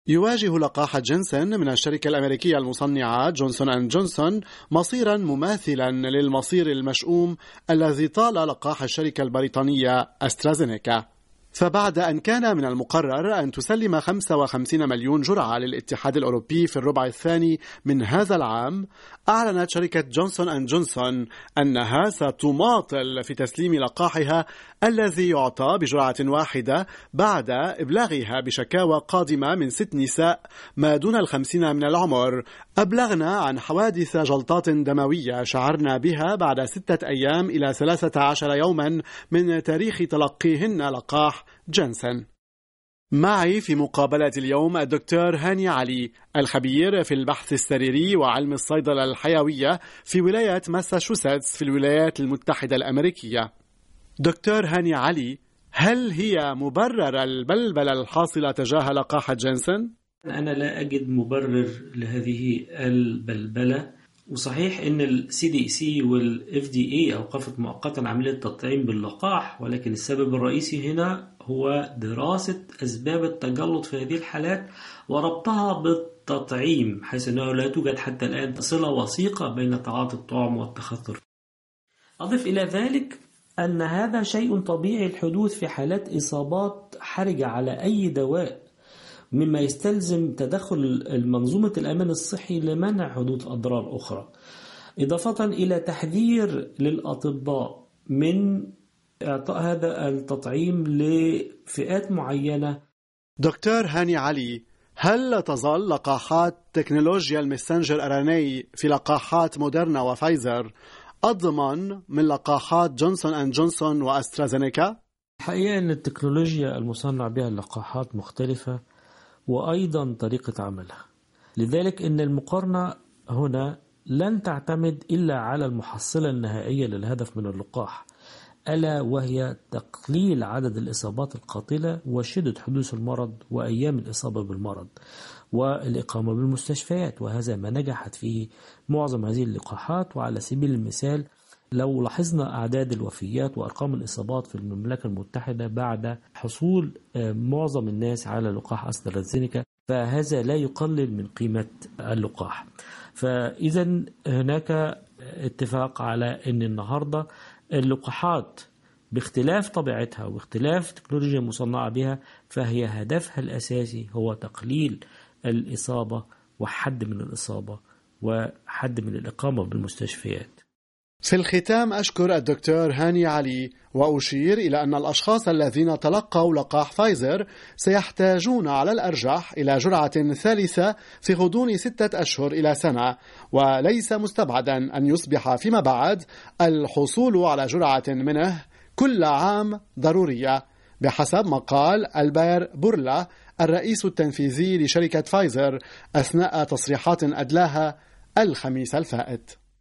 يواجه لقاح جينسن من الشركة الأمريكية المصنعة جونسون أند جونسون مصيرا مماثلا للمصير المشؤوم الذي طال لقاح الشركة البريطانية أسترازينيكا. فبعد أن كان من المقرر أن تسلم 55 مليون جرعة للاتحاد الأوروبي في الربع الثاني من هذا العام، أعلنت شركة جونسون أند جونسون أنها ستماطل في تسليم لقاحها الذي يعطى بجرعة واحدة بعد إبلاغها بشكاوى قادمة من 6 نساء ما دون 50 من العمر أبلغنا عن حوادث جلطات دموية شعرنا بها بعد 6 أيام إلى 13 يوما من تاريخ تلقيهن لقاح جينسن. معي في مقابلة اليوم الدكتور هاني علي، الخبير في البحث السريري وعلم الصيدلة الحيوية في ولاية ماساتشوستس في الولايات المتحدة الأمريكية. دكتور هاني علي، هل هي مبرر البلبلة الحاصلة تجاه لقاح جينسن؟ أنا لا أجد مبرر لهذه البلبلة، وصحيح أن الCDC والFDA أوقفت مؤقتا عملية التطعيم باللقاح، ولكن السبب الرئيسي هنا هو دراسة أسباب التجلط في هذه الحالات وربطها بالتطعيم، حيث أنه لا توجد حتى الآن صلة وثيقة بين تعاطي الطعم والتخثر. أضف إلى ذلك أن هذا شيء طبيعي الحدوث في حالات إصابات حرجة على أي دواء، مما يستلزم تدخل المنظومة الأمان الصحي لمنع حدوث أضرار أخرى، إضافة إلى تحذير للأطباء من إعطاء هذا التطعيم لفئات معينة. دكتور هاني علي، هل تظل لقاحات تكنولوجيا المسنجر RNA في لقاحات موديرنا وفايزر أضمن من لقاحات جونسون أند جونسون وأسترازينيكا؟ الحقيقة أن التكنولوجيا المصنع بها اللقاحات مختلفة وأيضا طريقة عملها، لذلك أن المقارنة هنا لن تعتمد إلا على المحصلة النهائية للهدف من اللقاح، ألا وهي تقليل عدد الإصابات القاتلة وشدة حدوث المرض وأيام الإصابة بالمرض والإقامة بالمستشفيات، وهذا ما نجحت فيه معظم هذه اللقاحات. وعلى سبيل المثال لو لاحظنا أعداد الوفيات وأرقام الإصابات في المملكة المتحدة بعد حصول معظم الناس على لقاح أسترازينيكا، فهذا لا يقلل من قيمة اللقاح. فإذا هناك اتفاق على أن النهاردة اللقاحات باختلاف طبيعتها واختلاف التكنولوجيا المصنعة بها فهي هدفها الأساسي هو تقليل الإصابة وحد من الإصابة وحد من الإقامة بالمستشفيات. في الختام أشكر الدكتور هاني علي وأشير إلى أن الأشخاص الذين تلقوا لقاح فايزر سيحتاجون على الأرجح إلى جرعة ثالثة في غضون 6 أشهر إلى سنة، وليس مستبعدا أن يصبح فيما بعد الحصول على جرعة منه كل عام ضرورية، بحسب ما قال ألبير بورلا الرئيس التنفيذي لشركة فايزر أثناء تصريحات أدلاها الخميس الفائت.